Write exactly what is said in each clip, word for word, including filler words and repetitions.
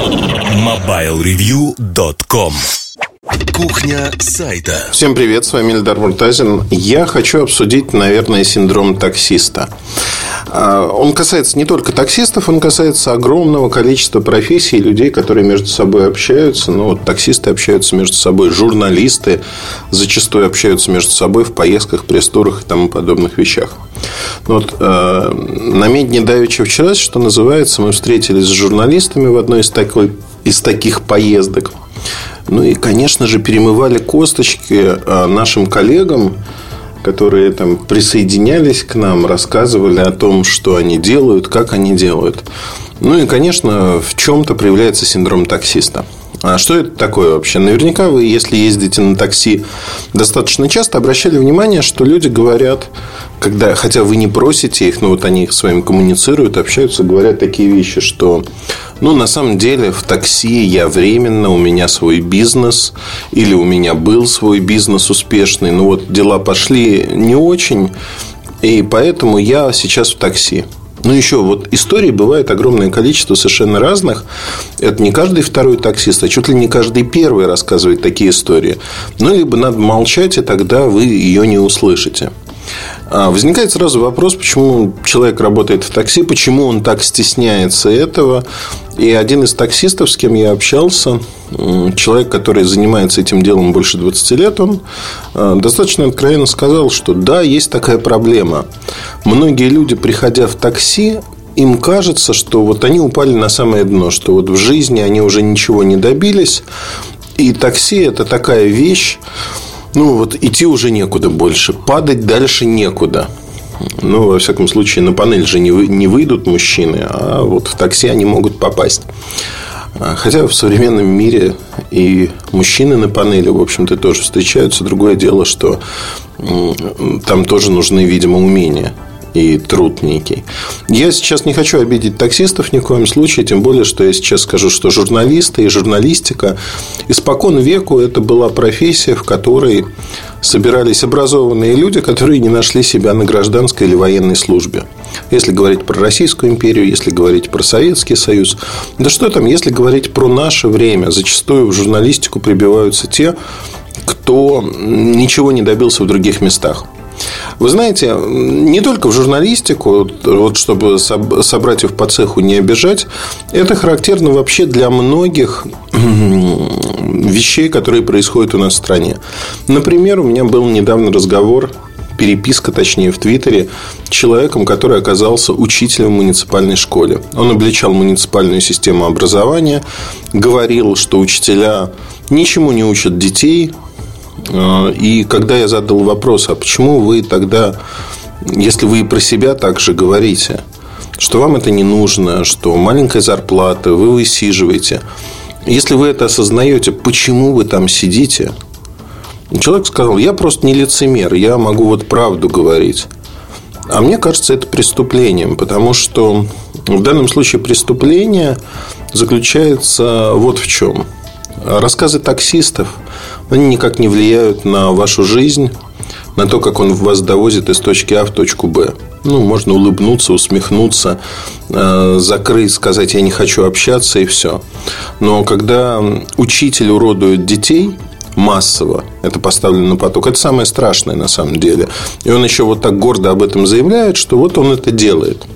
мобайл ревью точка ком. Кухня сайта. Всем привет, с вами Эльдар Муртазин. Я хочу обсудить, наверное, синдром таксиста. Он касается не только таксистов, он касается огромного количества профессий и людей, которые между собой общаются. Ну, вот таксисты общаются между собой, журналисты зачастую общаются между собой в поездках, пресс-турах и тому подобных вещах. Вот, э, на медне давеча вчера, что называется, мы встретились с журналистами в одной из, такой, из таких поездок. Ну и, конечно же, перемывали косточки нашим коллегам, которые там присоединялись к нам, рассказывали о том, что они делают, как они делают. Ну и, конечно, в чем-то проявляется синдром таксиста. А что это такое вообще? Наверняка вы, если ездите на такси достаточно часто, обращали внимание, что люди говорят, когда, хотя вы не просите их, но вот они с вами коммуницируют, общаются, говорят такие вещи, что ну, на самом деле в такси я временно, у меня свой бизнес, или у меня был свой бизнес успешный, но вот дела пошли не очень, и поэтому я сейчас в такси. Ну, еще вот историй бывает огромное количество совершенно разных. Это не каждый второй таксист, а чуть ли не каждый первый рассказывает такие истории. Ну, либо надо молчать, и тогда вы ее не услышите. Возникает сразу вопрос, почему человек работает в такси, почему он так стесняется этого. И один из таксистов, с кем я общался, человек, который занимается этим делом больше двадцати лет, он достаточно откровенно сказал, что да, есть такая проблема. Многие люди, приходя в такси, им кажется, что вот они упали на самое дно, что вот в жизни они уже ничего не добились. И такси – это такая вещь, ну, вот идти уже некуда больше, падать дальше некуда. Ну, во всяком случае, на панель же не, вы, не выйдут мужчины, а вот в такси они могут попасть. Хотя в современном мире и мужчины на панели, в общем-то, тоже встречаются. Другое дело, что там тоже нужны, видимо, умения и труд некий. Я сейчас не хочу обидеть таксистов ни в коем случае, тем более, что я сейчас скажу, что журналисты и журналистика испокон веку это была профессия, в которой собирались образованные люди, которые не нашли себя на гражданской или военной службе. Если говорить про Российскую империю, если говорить про Советский Союз, да что там, если говорить про наше время, зачастую в журналистику прибиваются те, кто ничего не добился в других местах. Вы знаете, не только в журналистику, вот чтобы собратьев по цеху не обижать, это характерно вообще для многих вещей, которые происходят у нас в стране. Например, у меня был недавно разговор, переписка, точнее, в Твиттере, с человеком, который оказался учителем в муниципальной школе. Он обличал муниципальную систему образования, говорил, что учителя ничему не учат детей. И когда я задал вопрос, а почему вы тогда, если вы и про себя так же говорите, что вам это не нужно, что маленькая зарплата, вы высиживаете, если вы это осознаете, почему вы там сидите? Человек сказал, я просто не лицемер, я могу вот правду говорить. А мне кажется, это преступлением, потому что в данном случае преступление заключается вот в чем. Рассказы таксистов, они никак не влияют на вашу жизнь, на то, как он вас довозит из точки А в точку Б. Ну, можно улыбнуться, усмехнуться, закрыть, сказать, я не хочу общаться, и все. Но когда учитель уродует детей массово, это поставлено на поток, это самое страшное на самом деле. И он еще вот так гордо об этом заявляет, что вот он это делает.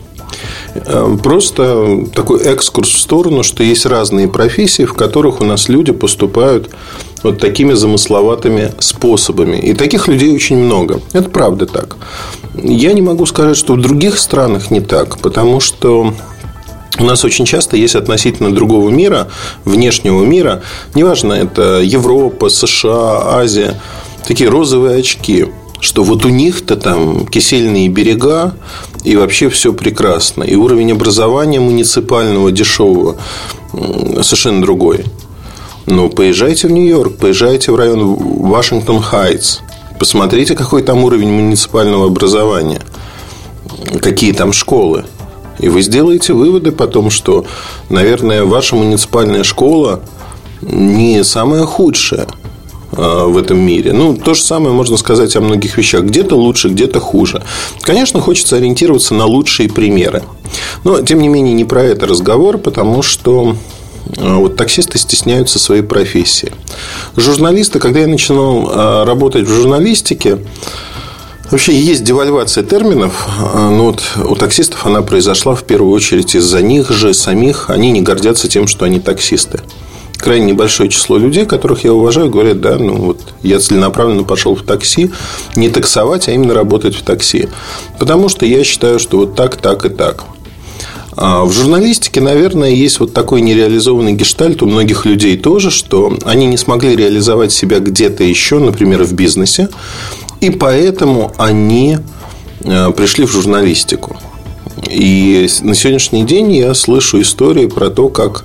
Просто такой экскурс в сторону, что есть разные профессии, в которых у нас люди поступают вот такими замысловатыми способами. И таких людей очень много. Это правда так. Я не могу сказать, что в других странах не так, потому что у нас очень часто есть относительно другого мира, внешнего мира, неважно, это Европа, США, Азия, такие розовые очки, что вот у них-то там кисельные берега, и вообще все прекрасно. И уровень образования муниципального, дешевого, совершенно другой. Но поезжайте в Нью-Йорк, поезжайте в район Вашингтон-Хайтс, посмотрите, какой там уровень муниципального образования, какие там школы. И вы сделаете выводы потом, что, наверное, ваша муниципальная школа не самая худшая в этом мире. Ну, то же самое можно сказать о многих вещах. Где-то лучше, где-то хуже. Конечно, хочется ориентироваться на лучшие примеры. Но, тем не менее, не про это разговор, потому что вот таксисты стесняются своей профессии. Журналисты, когда я начинал работать в журналистике, вообще есть девальвация терминов, но вот у таксистов она произошла в первую очередь из-за них же самих. Они не гордятся тем, что они таксисты. Крайне небольшое число людей, которых я уважаю, говорят: да, ну вот я целенаправленно пошел в такси, не таксовать, а именно работать в такси. Потому что я считаю, что вот так, так и так. А в журналистике, наверное, есть вот такой нереализованный гештальт у многих людей тоже, что они не смогли реализовать себя где-то еще, например, в бизнесе, и поэтому они пришли в журналистику. И на сегодняшний день я слышу истории про то, как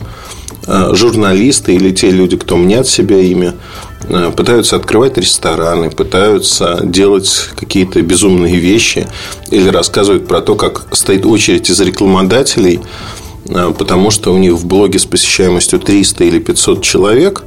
журналисты или те люди, кто мнят себя ими, пытаются открывать рестораны, пытаются делать какие-то безумные вещи или рассказывают про то, как стоит очередь из рекламодателей, потому что у них в блоге с посещаемостью триста или пятьсот человек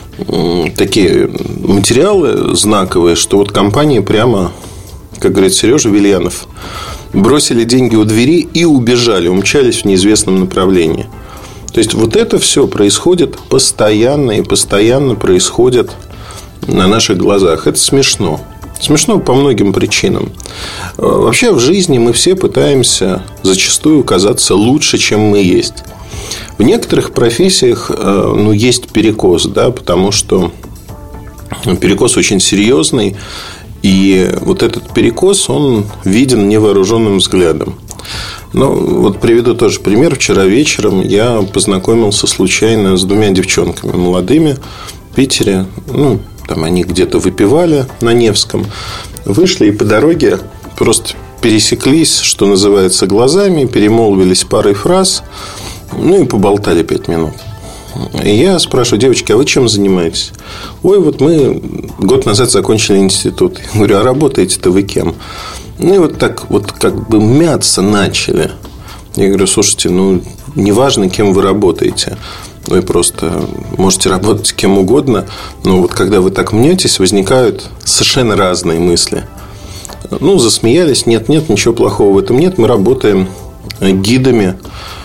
такие материалы знаковые, что вот компании прямо, как говорит Сережа Вильянов, бросили деньги у двери и убежали, умчались в неизвестном направлении. То есть вот это все происходит постоянно и постоянно происходит на наших глазах. Это смешно. Смешно по многим причинам. Вообще в жизни мы все пытаемся зачастую казаться лучше, чем мы есть. В некоторых профессиях ну, есть перекос, да, потому что перекос очень серьезный. И вот этот перекос, он виден невооруженным взглядом. Ну, вот приведу тоже пример. Вчера вечером я познакомился случайно с двумя девчонками молодыми в Питере. Ну, там они где-то выпивали на Невском. Вышли и по дороге просто пересеклись, что называется, глазами, перемолвились парой фраз, ну и поболтали пять минут. И я спрашиваю: девочки, а вы чем занимаетесь? Ой, вот мы год назад закончили институт. Я говорю: а работаете-то вы кем? Ну и вот так вот как бы мяться начали. Я говорю: слушайте, ну неважно, кем вы работаете, вы просто можете работать кем угодно. Но вот когда вы так мнетесь, возникают совершенно разные мысли. Ну, засмеялись. Нет, нет, ничего плохого в этом нет. Мы работаем гидами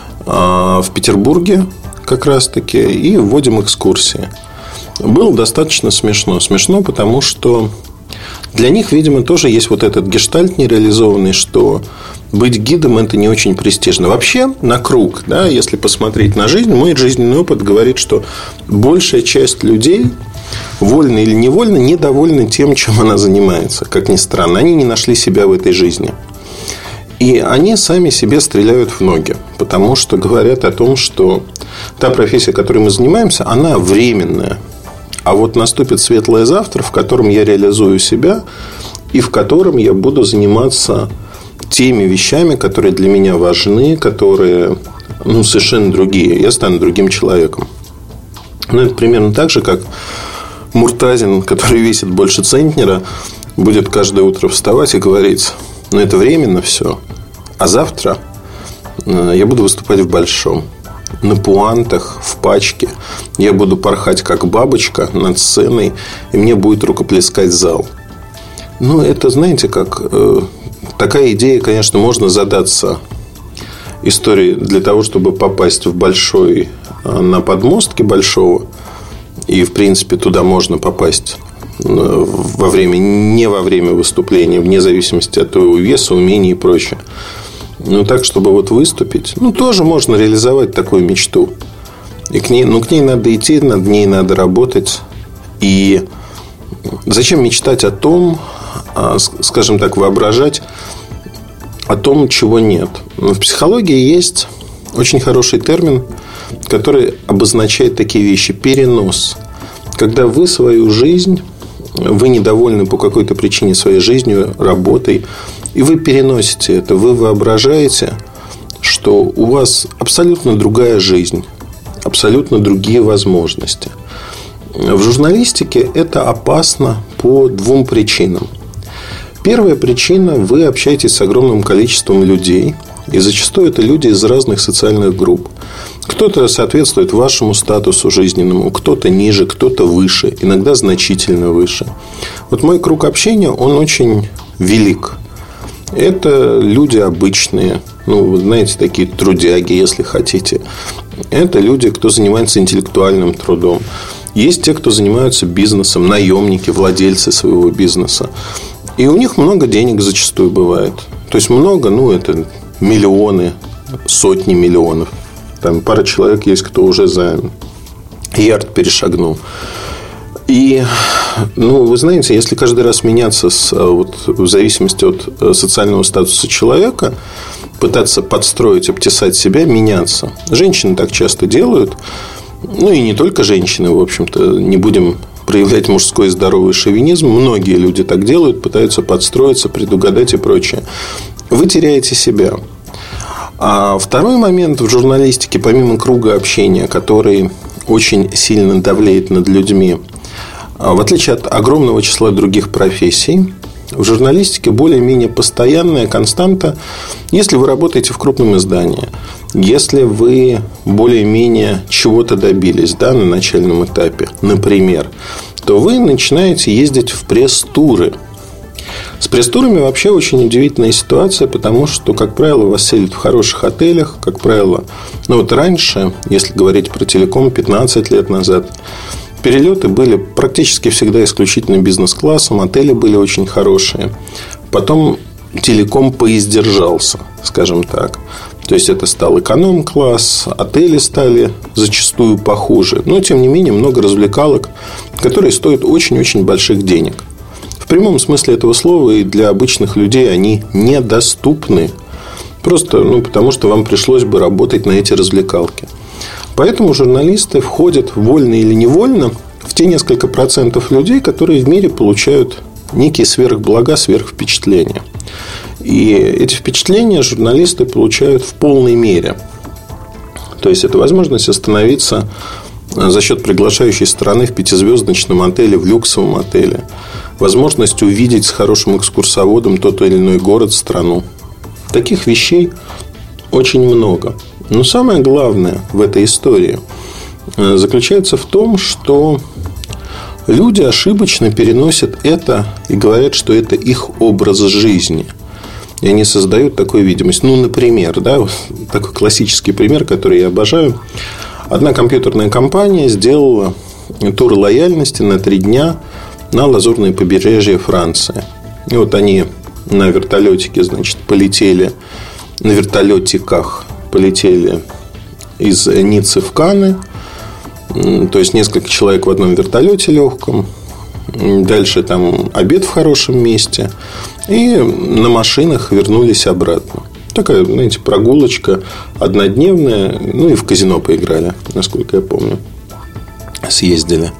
в Петербурге как раз-таки и вводим экскурсии. Было достаточно смешно. Смешно, потому что для них, видимо, тоже есть вот этот гештальт нереализованный, что быть гидом – это не очень престижно. Вообще, на круг, да, если посмотреть на жизнь, мой жизненный опыт говорит, что большая часть людей, вольно или невольно, недовольны тем, чем она занимается. Как ни странно, они не нашли себя в этой жизни. И они сами себе стреляют в ноги, потому что говорят о том, что та профессия, которой мы занимаемся, она временная. А вот наступит светлое завтра, в котором я реализую себя и в котором я буду заниматься теми вещами, которые для меня важны, которые ну, совершенно другие. Я стану другим человеком. Ну, это примерно так же, как Муртазин, который весит больше центнера, будет каждое утро вставать и говорить: ну, это временно все, а завтра я буду выступать в большом. На пуантах, в пачке. Я буду порхать как бабочка над сценой, и мне будет рукоплескать зал. Ну, это, знаете, как э, такая идея, конечно, можно задаться историей для того, чтобы попасть в большой, э, на подмостке большого. И, в принципе, туда можно попасть во время, не во время выступления, вне зависимости от твоего веса, умений и прочее. Ну, так, чтобы вот выступить, ну, тоже можно реализовать такую мечту. И к ней, ну, к ней надо идти, над ней надо работать. И зачем мечтать о том, скажем так, воображать о том, чего нет? В психологии есть очень хороший термин, который обозначает такие вещи: перенос. Когда вы свою жизнь, вы недовольны по какой-то причине своей жизнью, работой, и вы переносите это, вы воображаете, что у вас абсолютно другая жизнь, абсолютно другие возможности. В журналистике это опасно по двум причинам. Первая причина – вы общаетесь с огромным количеством людей, и зачастую это люди из разных социальных групп. Кто-то соответствует вашему статусу жизненному, кто-то ниже, кто-то выше, иногда значительно выше. Вот мой круг общения, он очень велик. Это люди обычные, Ну, вы знаете, такие трудяги, если хотите. Это люди, кто занимается интеллектуальным трудом. Есть те, кто занимаются бизнесом, наемники, владельцы своего бизнеса. И у них много денег зачастую бывает. То есть много, ну, это миллионы, сотни миллионов. Там пара человек есть, кто уже за ярд перешагнул. И, ну, вы знаете, если каждый раз меняться с, вот, в зависимости от социального статуса человека, пытаться подстроить, обтесать себя, меняться. Женщины так часто делают. Ну, и не только женщины, в общем-то. Не будем проявлять мужской здоровый шовинизм. Многие люди так делают, пытаются подстроиться, предугадать и прочее. Вы теряете себя. А второй момент в журналистике, помимо круга общения, который очень сильно давлеет над людьми, в отличие от огромного числа других профессий, в журналистике более-менее постоянная константа, если вы работаете в крупном издании, если вы более-менее чего-то добились, да, на начальном этапе, например, то вы начинаете ездить в пресс-туры. С пресс-турами вообще очень удивительная ситуация, потому что, как правило, вас селят в хороших отелях, как правило. Ну, вот раньше, если говорить про телеком, пятнадцать лет назад, перелеты были практически всегда исключительно бизнес-классом, отели были очень хорошие. Потом телеком поиздержался, скажем так. То есть это стал эконом-класс, отели стали зачастую похуже. Но, тем не менее, много развлекалок, которые стоят очень-очень больших денег. В прямом смысле этого слова и для обычных людей они недоступны. Просто ну, потому, что вам пришлось бы работать на эти развлекалки. Поэтому журналисты входят вольно или невольно в те несколько процентов людей, которые в мире получают некие сверхблага, сверхвпечатления. И эти впечатления журналисты получают в полной мере. То есть это возможность остановиться за счет приглашающей стороны в пятизвездочном отеле, в люксовом отеле. Возможность увидеть с хорошим экскурсоводом тот или иной город, страну. Таких вещей очень много. Но самое главное в этой истории заключается в том, что люди ошибочно переносят это и говорят, что это их образ жизни. И они создают такую видимость. Ну, например, да, такой классический пример, который я обожаю. Одна компьютерная компания сделала тур лояльности на три дня на лазурное побережье Франции. И вот они на вертолетике, значит, полетели, на вертолетиках полетели из Ниццы в Канны. То есть несколько человек в одном вертолете легком. Дальше там обед в хорошем месте. И на машинах вернулись обратно. Такая, знаете, прогулочка однодневная. Ну и в казино поиграли, насколько я помню. Съездили.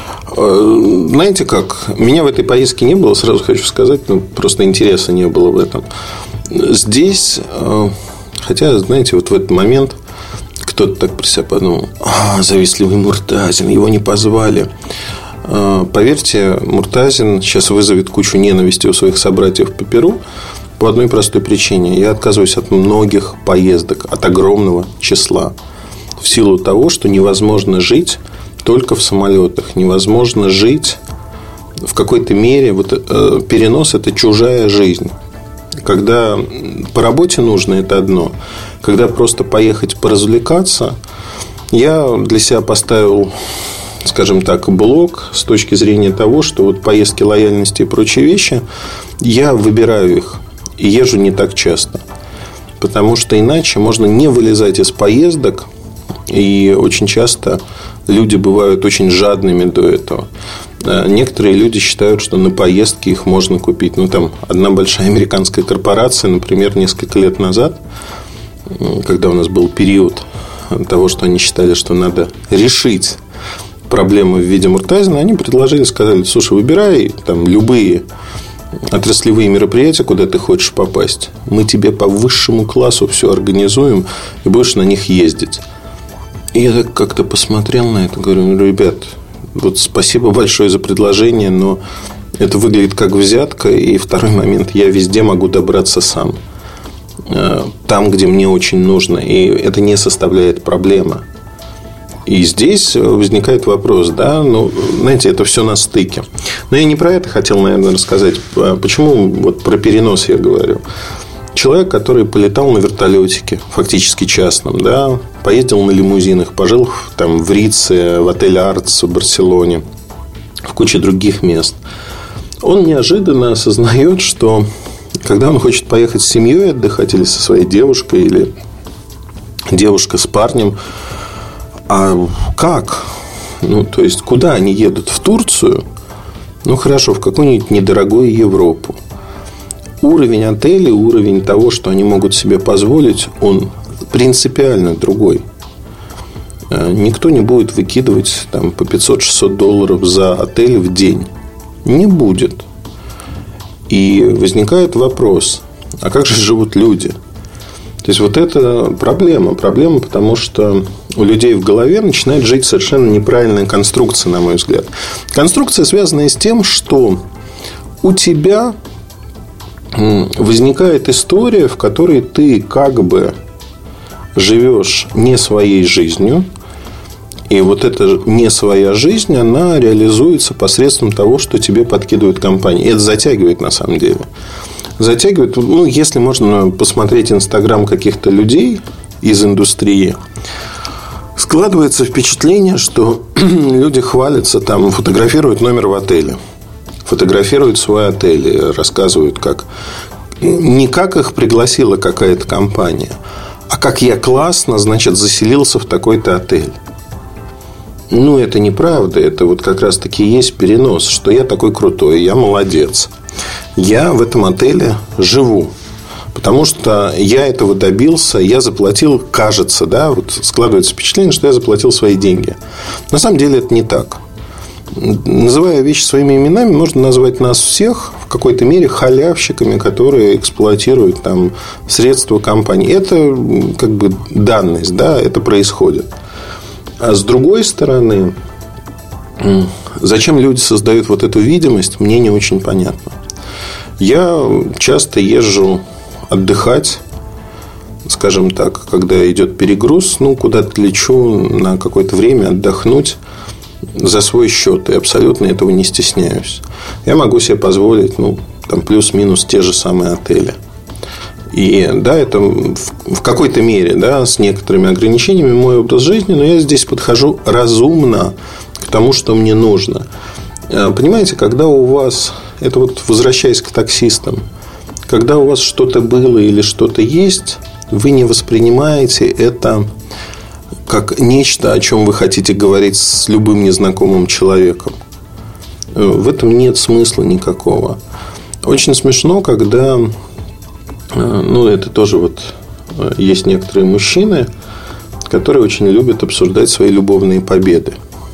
Знаете как? Меня в этой поездке не было, сразу хочу сказать. Ну, просто интереса не было в этом. Здесь, хотя, знаете, вот в этот момент кто-то так про себя подумал: а, завистливый Муртазин, его не позвали. Поверьте, Муртазин сейчас вызовет кучу ненависти у своих собратьев по Перу по одной простой причине. Я отказываюсь от многих поездок, от огромного числа, в силу того, что невозможно жить только в самолетах. Невозможно жить в какой-то мере. Вот, э, перенос – это чужая жизнь. Когда по работе нужно, это одно. Когда просто поехать поразвлекаться, я для себя поставил, скажем так, блок с точки зрения того, что вот поездки лояльности и прочие вещи, я выбираю их и езжу не так часто. Потому что иначе можно не вылезать из поездок. И очень часто люди бывают очень жадными до этого. Некоторые люди считают, что на поездки их можно купить. Ну, там одна большая американская корпорация, например, несколько лет назад, когда у нас был период того, что они считали, что надо решить проблемы в виде Муртазина, они предложили, сказали: слушай, выбирай там любые отраслевые мероприятия, куда ты хочешь попасть. Мы тебе по высшему классу все организуем и будешь на них ездить. И я так как-то посмотрел на это, говорю: ну, ребят, вот спасибо большое за предложение, но это выглядит как взятка. И второй момент: я везде могу добраться сам, там, где мне очень нужно. И это не составляет проблемы. И здесь возникает вопрос, да, ну, знаете, это все на стыке. Но я не про это хотел, наверное, рассказать. Почему вот про перенос я говорю? человек, который полетал на вертолетике, фактически частном, да, поездил на лимузинах, пожил там в Рице, в отеле «Артс» в Барселоне, в куче других мест. Он неожиданно осознает, что когда он хочет поехать с семьей отдыхать или со своей девушкой, или девушка с парнем, а как? Ну, то есть, куда они едут? В Турцию? Ну, хорошо, в какую-нибудь недорогую Европу. Уровень отелей, уровень того, что они могут себе позволить, он принципиально другой. Никто не будет выкидывать там, по пятьсот-шестьсот долларов за отель в день. Не будет. И возникает вопрос, а как же живут люди? То есть, вот это проблема. Проблема, потому что у людей в голове начинает жить совершенно неправильная конструкция, на мой взгляд. Конструкция, связанная с тем, что у тебя возникает история, в которой ты как бы живешь не своей жизнью. И вот эта не своя жизнь, она реализуется посредством того, что тебе подкидывают компании. И это затягивает на самом деле. Затягивает, ну, если можно посмотреть инстаграм каких-то людей из индустрии, складывается впечатление, что люди хвалятся, там, фотографируют номер в отеле, фотографируют свой отель, рассказывают, как не как их пригласила какая-то компания, а как я классно, значит, заселился в такой-то отель. Ну, это неправда. Это вот как раз-таки есть перенос, что я такой крутой, я молодец. Я в этом отеле живу, потому что я этого добился, я заплатил, кажется, да, вот складывается впечатление, что я заплатил свои деньги. На самом деле это не так. Называя вещи своими именами, можно назвать нас всех в какой-то мере халявщиками, которые эксплуатируют там средства компании. Это как бы данность, да, это происходит. А с другой стороны, зачем люди создают вот эту видимость, мне не очень понятно. Я часто езжу отдыхать, скажем так, когда идет перегруз, ну, куда-то лечу на какое-то время отдохнуть за свой счет. И абсолютно этого не стесняюсь. Я могу себе позволить, ну, там, плюс-минус те же самые отели. И да, это в какой-то мере, да, с некоторыми ограничениями мой образ жизни, но я здесь подхожу разумно к тому, что мне нужно. Понимаете, когда у вас, это вот возвращаясь к таксистам, когда у вас что-то было или что-то есть, вы не воспринимаете это как нечто, о чем вы хотите говорить с любым незнакомым человеком. В этом нет смысла никакого. Очень смешно, когда, ну, это тоже вот есть некоторые мужчины, которые очень любят обсуждать свои любовные победы.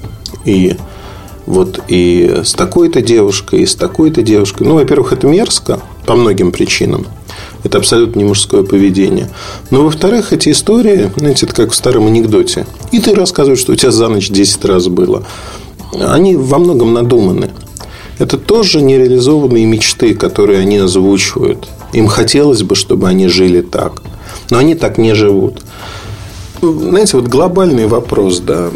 И вот и с такой-то девушкой, и с такой-то девушкой. Ну, во-первых, это мерзко по многим причинам. Это абсолютно не мужское поведение. Но, во-вторых, эти истории, знаете, это как в старом анекдоте. И ты рассказываешь, что у тебя за ночь десять раз было. Они во многом надуманы. Это тоже нереализованные мечты, которые они озвучивают. Им хотелось бы, чтобы они жили так. Но они так не живут. Знаете, вот глобальный вопрос, да,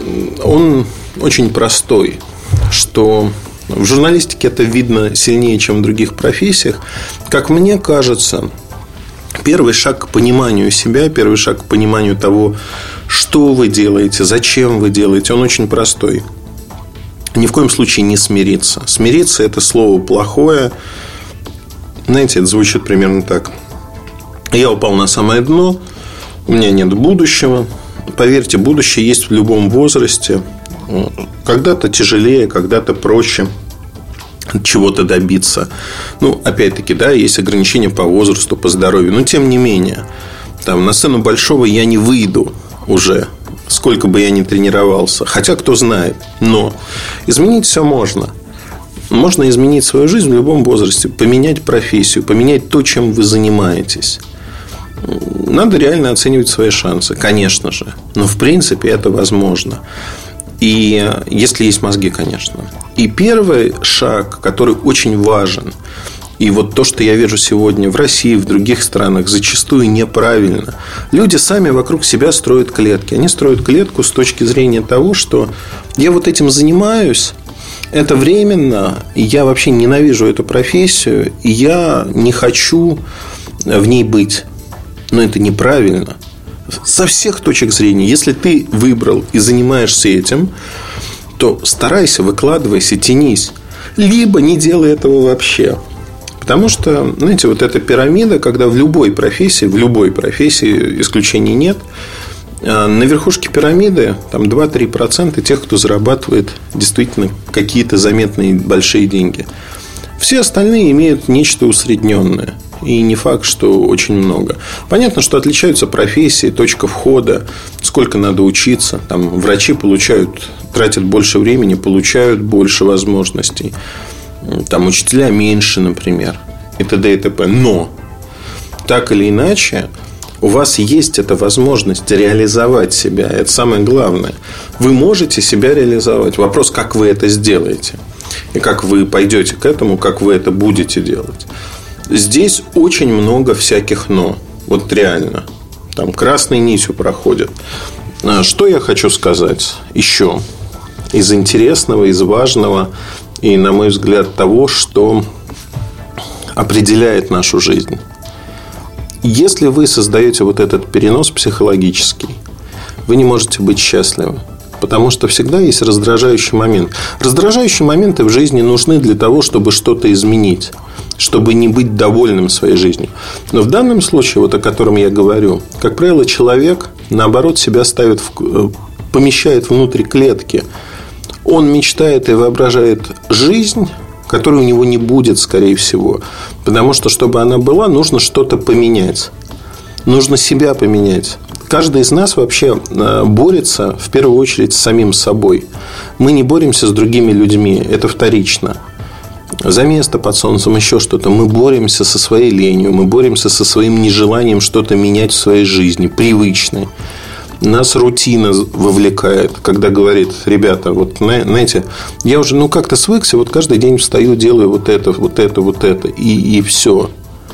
он очень простой, что в журналистике это видно сильнее, чем в других профессиях. Как мне кажется, первый шаг к пониманию себя, первый шаг к пониманию того, что вы делаете, зачем вы делаете, он очень простой. Ни в коем случае не смириться. Смириться – это слово плохое. Знаете, это звучит примерно так. Я упал на самое дно, у меня нет будущего. Поверьте, будущее есть в любом возрасте. Когда-то тяжелее, когда-то проще чего-то добиться. Ну, опять-таки, да, есть ограничения по возрасту, по здоровью. Но, тем не менее, там, на сцену большого я не выйду уже, сколько бы я ни тренировался. Хотя, кто знает. Но изменить все можно. Можно изменить свою жизнь в любом возрасте. Поменять профессию, поменять то, чем вы занимаетесь. Надо реально оценивать свои шансы, конечно же. Но, в принципе, это возможно. И если есть мозги, конечно. И первый шаг, который очень важен, и вот то, что я вижу сегодня в России, в других странах, зачастую неправильно. Люди сами вокруг себя строят клетки. Они строят клетку с точки зрения того, что я вот этим занимаюсь, это временно, и я вообще ненавижу эту профессию, и я не хочу в ней быть. Но это неправильно. Со всех точек зрения. Если ты выбрал и занимаешься этим, то старайся, выкладывайся, тянись. Либо не делай этого вообще. Потому что, знаете, вот эта пирамида, когда в любой профессии, в любой профессии исключений нет, на верхушке пирамиды там два-три процента тех, кто зарабатывает действительно какие-то заметные большие деньги. Все остальные имеют нечто усредненное. И не факт, что очень много. Понятно, что отличаются профессии, точка входа, сколько надо учиться. Там врачи получают, тратят больше времени, получают больше возможностей. Там учителя меньше, например, и т.д. и т.п. Но так или иначе, у вас есть эта возможность реализовать себя. Это самое главное. Вы можете себя реализовать. Вопрос, как вы это сделаете. И как вы пойдете к этому, как вы это будете делать. Здесь очень много всяких «но». Вот реально. Там красной нитью проходит. Что я хочу сказать еще из интересного, из важного и, на мой взгляд, того, что определяет нашу жизнь. Если вы создаете вот этот перенос психологический, вы не можете быть счастливы. Потому что всегда есть раздражающий момент. Раздражающие моменты в жизни нужны для того, чтобы что-то изменить, чтобы не быть довольным своей жизнью. Но в данном случае, вот о котором я говорю, как правило, человек, наоборот, себя ставит в, помещает внутрь клетки. Он мечтает и воображает жизнь, которой у него не будет, скорее всего. Потому что, чтобы она была, нужно что-то поменять. Нужно себя поменять. Каждый из нас вообще борется в первую очередь с самим собой. Мы не боремся с другими людьми. Это вторично. За место под солнцем, еще что-то. Мы боремся со своей ленью. Мы боремся со своим нежеланием что-то менять в своей жизни. Привычное. Нас рутина вовлекает, когда говорит: ребята, вот знаете, я уже ну как-то свыкся, вот каждый день встаю, делаю вот это, вот это, вот это, и, и все.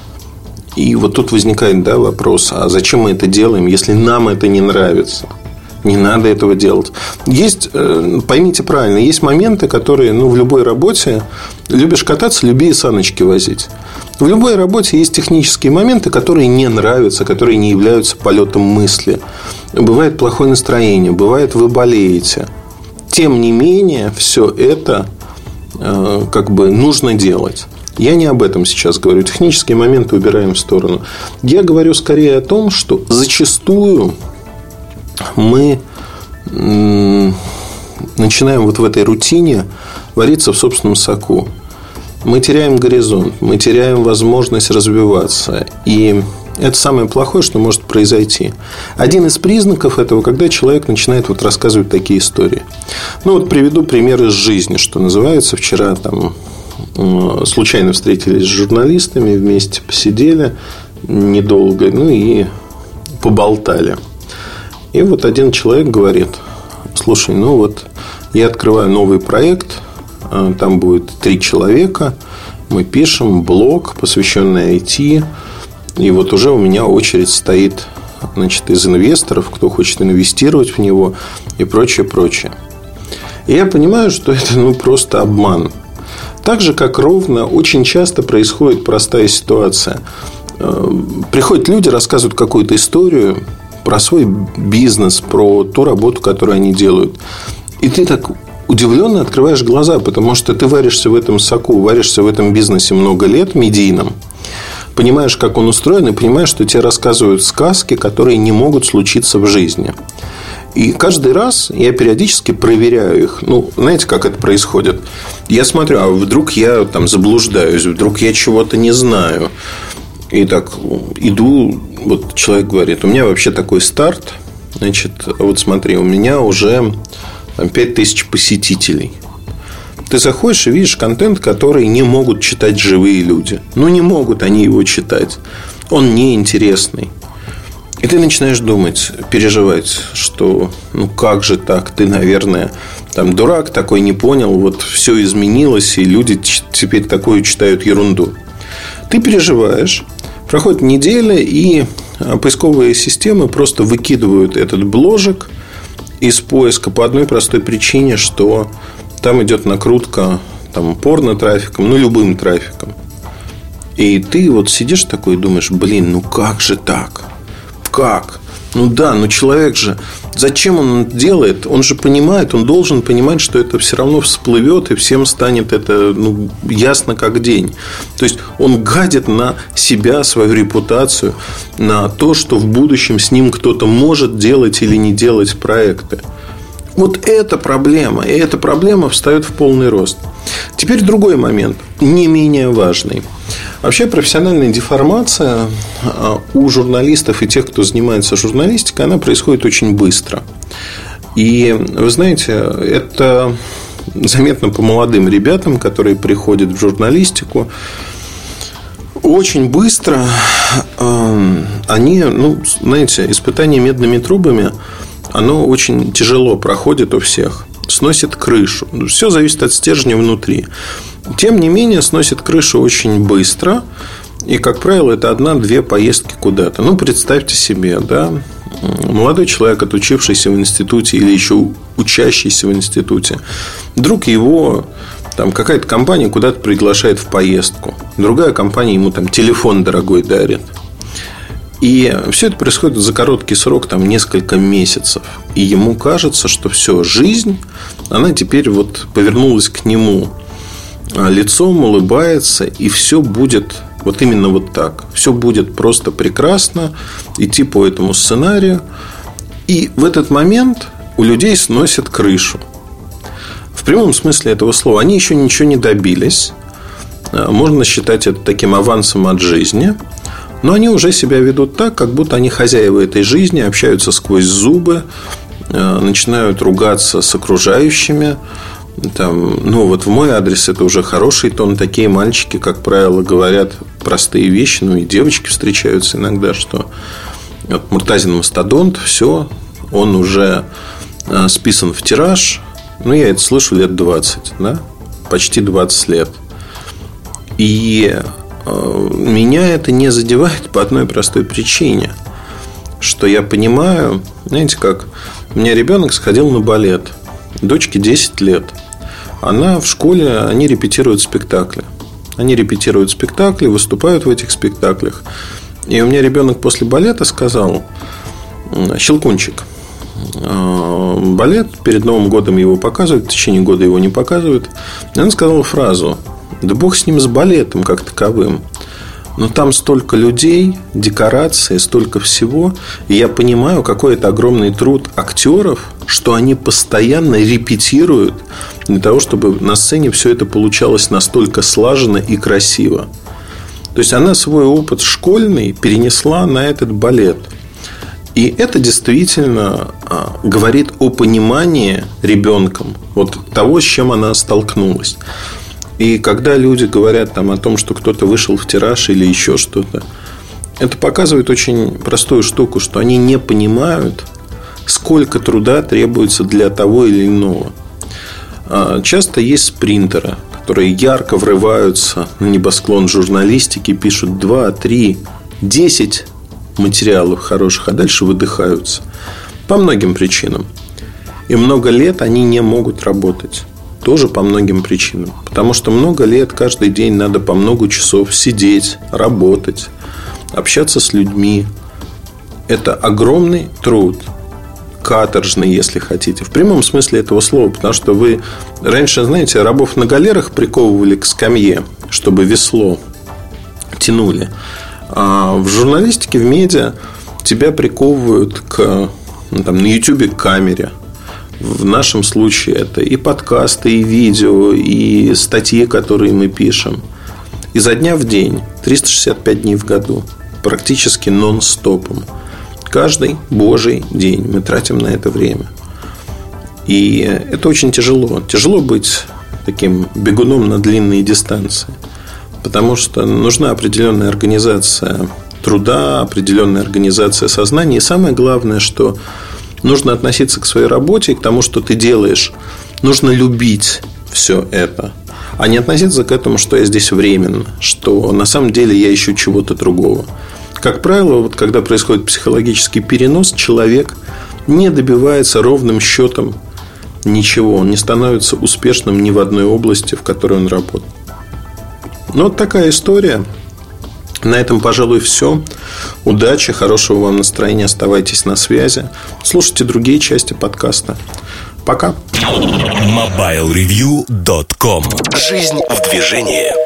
И вот тут возникает, да, вопрос: а зачем мы это делаем, если нам это не нравится? Не надо этого делать. Есть, поймите правильно, есть моменты, которые, ну, в любой работе, любишь кататься, люби и саночки возить. В любой работе есть технические моменты, которые не нравятся, которые не являются полетом мысли. Бывает плохое настроение, бывает вы болеете. Тем не менее, все это э, как бы нужно делать. Я не об этом сейчас говорю. Технические моменты убираем в сторону. Я говорю скорее о том, что зачастую мы м- начинаем вот в этой рутине вариться в собственном соку. Мы теряем горизонт, мы теряем возможность развиваться. И это самое плохое, что может произойти. Один из признаков этого, когда человек начинает вот рассказывать такие истории. Ну, вот приведу пример из жизни, что называется. Вчера там случайно встретились с журналистами, вместе посидели недолго, ну и поболтали. И вот один человек говорит: слушай, ну вот я открываю новый проект, там будет три человека, мы пишем блог, посвященный ай ти, и вот уже у меня очередь стоит, значит, из инвесторов, кто хочет инвестировать в него и прочее, прочее. И я понимаю, что это ну просто обман. Так же, как ровно очень часто происходит простая ситуация. Приходят люди, рассказывают какую-то историю про свой бизнес, про ту работу, которую они делают. И ты так удивленно открываешь глаза, потому что ты варишься в этом соку, варишься в этом бизнесе много лет, медийном, понимаешь, как он устроен, и понимаешь, что тебе рассказывают сказки, которые не могут случиться в жизни. И каждый раз я периодически проверяю их. Ну, знаете, как это происходит? Я смотрю, а вдруг я там заблуждаюсь, вдруг я чего-то не знаю. И так иду, вот человек говорит: у меня вообще такой старт. Значит, вот смотри, у меня уже там пять тысяч посетителей. Ты заходишь и видишь контент, который не могут читать живые люди. Ну, не могут они его читать. Он неинтересный. И ты начинаешь думать, переживать, что ну как же так, ты, наверное, там дурак такой, не понял, вот все изменилось, и люди теперь такую читают ерунду. Ты переживаешь, проходит неделя, и поисковые системы просто выкидывают этот бложек из поиска по одной простой причине, что там идет накрутка там, порно-трафиком, ну, любым трафиком. И ты вот сидишь такой и думаешь: блин, ну как же так? Как? Ну да, но человек же, зачем он делает? Он же понимает, он должен понимать, что это все равно всплывет, и всем станет это, ну, ясно как день. То есть он гадит на себя, свою репутацию, на то, что в будущем с ним кто-то может делать или не делать проекты. Вот это проблема. И эта проблема встает в полный рост. Теперь другой момент, не менее важный. Вообще профессиональная деформация у журналистов и тех, кто занимается журналистикой, она происходит очень быстро. И вы знаете, это заметно по молодым ребятам, которые приходят в журналистику. Очень быстро они, ну, знаете, испытание медными трубами, оно очень тяжело проходит у всех. Сносит крышу. Все зависит от стержня внутри. Тем не менее, сносит крышу очень быстро. И, как правило, это одна-две поездки куда-то. Ну, представьте себе, да, молодой человек, отучившийся в институте или еще учащийся в институте, вдруг его там какая-то компания куда-то приглашает в поездку. Другая компания ему там телефон дорогой дарит. И все это происходит за короткий срок, там, несколько месяцев. И ему кажется, что все, жизнь, она теперь вот повернулась к нему лицом, улыбается, и все будет вот именно вот так. Все будет просто прекрасно, идти по этому сценарию. И в этот момент у людей сносят крышу. В прямом смысле этого слова. Они еще ничего не добились. Можно считать это таким авансом от жизни. Но они уже себя ведут так, как будто они хозяева этой жизни, общаются сквозь зубы, начинают ругаться с окружающими. Там, ну, вот в мой адрес это уже хороший тон. Такие мальчики, как правило, говорят простые вещи. Ну, и девочки встречаются иногда, что вот Муртазин мастодонт, все, он уже списан в тираж. Ну, я это слышу лет двадцать, да? Почти двадцать лет. И меня это не задевает по одной простой причине, что я понимаю, знаете как, у меня ребенок сходил на балет, дочке десять лет. Она в школе, они репетируют спектакли. Они репетируют спектакли, выступают в этих спектаклях. И у меня ребенок после балета сказал: Щелкунчик, балет, перед Новым годом его показывают, в течение года его не показывают. И она сказала фразу: да бог с ним, с балетом как таковым, но там столько людей, декорации, столько всего. И я понимаю, какой это огромный труд актеров, что они постоянно репетируют для того, чтобы на сцене все это получалось настолько слаженно и красиво. То есть она свой опыт школьный перенесла на этот балет. И это действительно говорит о понимании ребенком вот того, с чем она столкнулась. И когда люди говорят там о том, что кто-то вышел в тираж или еще что-то, это показывает очень простую штуку, что они не понимают, сколько труда требуется для того или иного. Часто есть спринтеры, которые ярко врываются на небосклон журналистики, пишут два, три, десять материалов хороших, а дальше выдыхаются. По многим причинам. И много лет они не могут работать. Тоже по многим причинам. Потому что много лет, каждый день надо по много часов сидеть, работать, общаться с людьми. Это огромный труд. Каторжный, если хотите. В прямом смысле этого слова. Потому что вы раньше, знаете, рабов на галерах приковывали к скамье, чтобы весло тянули. А в журналистике, в медиа тебя приковывают к, ну, там, на Ютубе к камере. В нашем случае это и подкасты, и видео, и статьи, которые мы пишем. Изо дня в день, триста шестьдесят пять дней в году, практически нон-стопом. Каждый божий день мы тратим на это время. И это очень тяжело. Тяжело быть таким бегуном на длинные дистанции. Потому что нужна определенная организация труда, определенная организация сознания. И самое главное, что нужно относиться к своей работе, к тому, что ты делаешь. Нужно любить все это, а не относиться к этому, что я здесь временно, что на самом деле я ищу чего-то другого. Как правило, вот когда происходит психологический перенос, человек не добивается ровным счетом ничего. Он не становится успешным ни в одной области, в которой он работает. Но вот такая история. На этом, пожалуй, все. Удачи, хорошего вам настроения. Оставайтесь на связи. Слушайте другие части подкаста. Пока. мобайл ревью точка ком. Жизнь в движении.